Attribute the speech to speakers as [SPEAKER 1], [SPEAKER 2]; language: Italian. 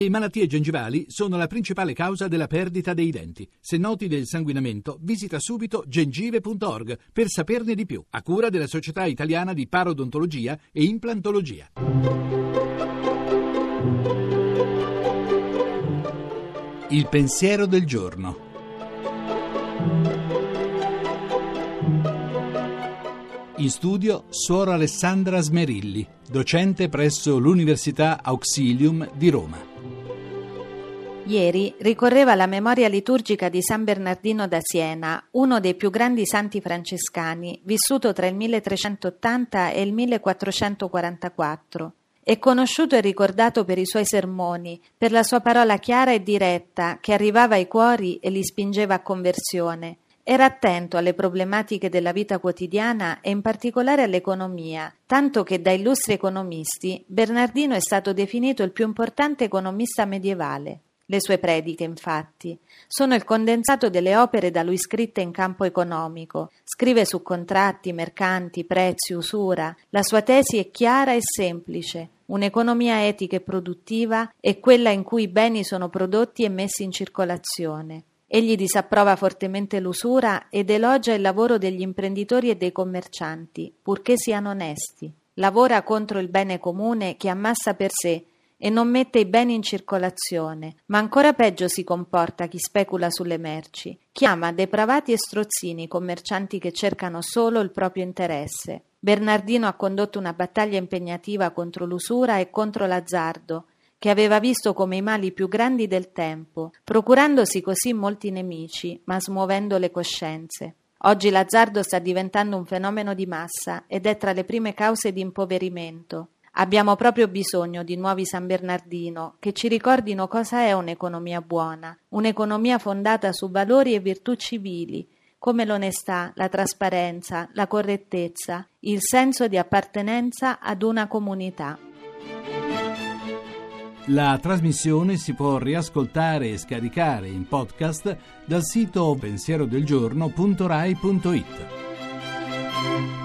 [SPEAKER 1] Le malattie gengivali sono la principale causa della perdita dei denti. Se noti del sanguinamento, visita subito gengive.org per saperne di più, a cura della Società Italiana di Parodontologia e Implantologia. Il pensiero del giorno. In studio Suor Alessandra Smerilli, docente presso l'Università Auxilium di Roma.
[SPEAKER 2] Ieri ricorreva la memoria liturgica di San Bernardino da Siena, uno dei più grandi santi francescani, vissuto tra il 1380 e il 1444. È conosciuto e ricordato per i suoi sermoni, per la sua parola chiara e diretta che arrivava ai cuori e li spingeva a conversione. Era attento alle problematiche della vita quotidiana e in particolare all'economia, tanto che da illustri economisti Bernardino è stato definito il più importante economista medievale. Le sue prediche, infatti, sono il condensato delle opere da lui scritte in campo economico. Scrive su contratti, mercanti, prezzi, usura. La sua tesi è chiara e semplice. Un'economia etica e produttiva è quella in cui i beni sono prodotti e messi in circolazione. Egli disapprova fortemente l'usura ed elogia il lavoro degli imprenditori e dei commercianti, purché siano onesti. Lavora contro il bene comune che ammassa per sé e non mette i beni in circolazione, ma ancora peggio si comporta chi specula sulle merci. Chiama depravati e strozzini i commercianti che cercano solo il proprio interesse. Bernardino ha condotto una battaglia impegnativa contro l'usura e contro l'azzardo, che aveva visto come i mali più grandi del tempo, procurandosi così molti nemici, ma smuovendo le coscienze. Oggi l'azzardo sta diventando un fenomeno di massa ed è tra le prime cause di impoverimento. Abbiamo proprio bisogno di nuovi San Bernardino che ci ricordino cosa è un'economia buona, un'economia fondata su valori e virtù civili, come l'onestà, la trasparenza, la correttezza, il senso di appartenenza ad una comunità.
[SPEAKER 1] La trasmissione si può riascoltare e scaricare in podcast dal sito pensierodelgiorno.rai.it.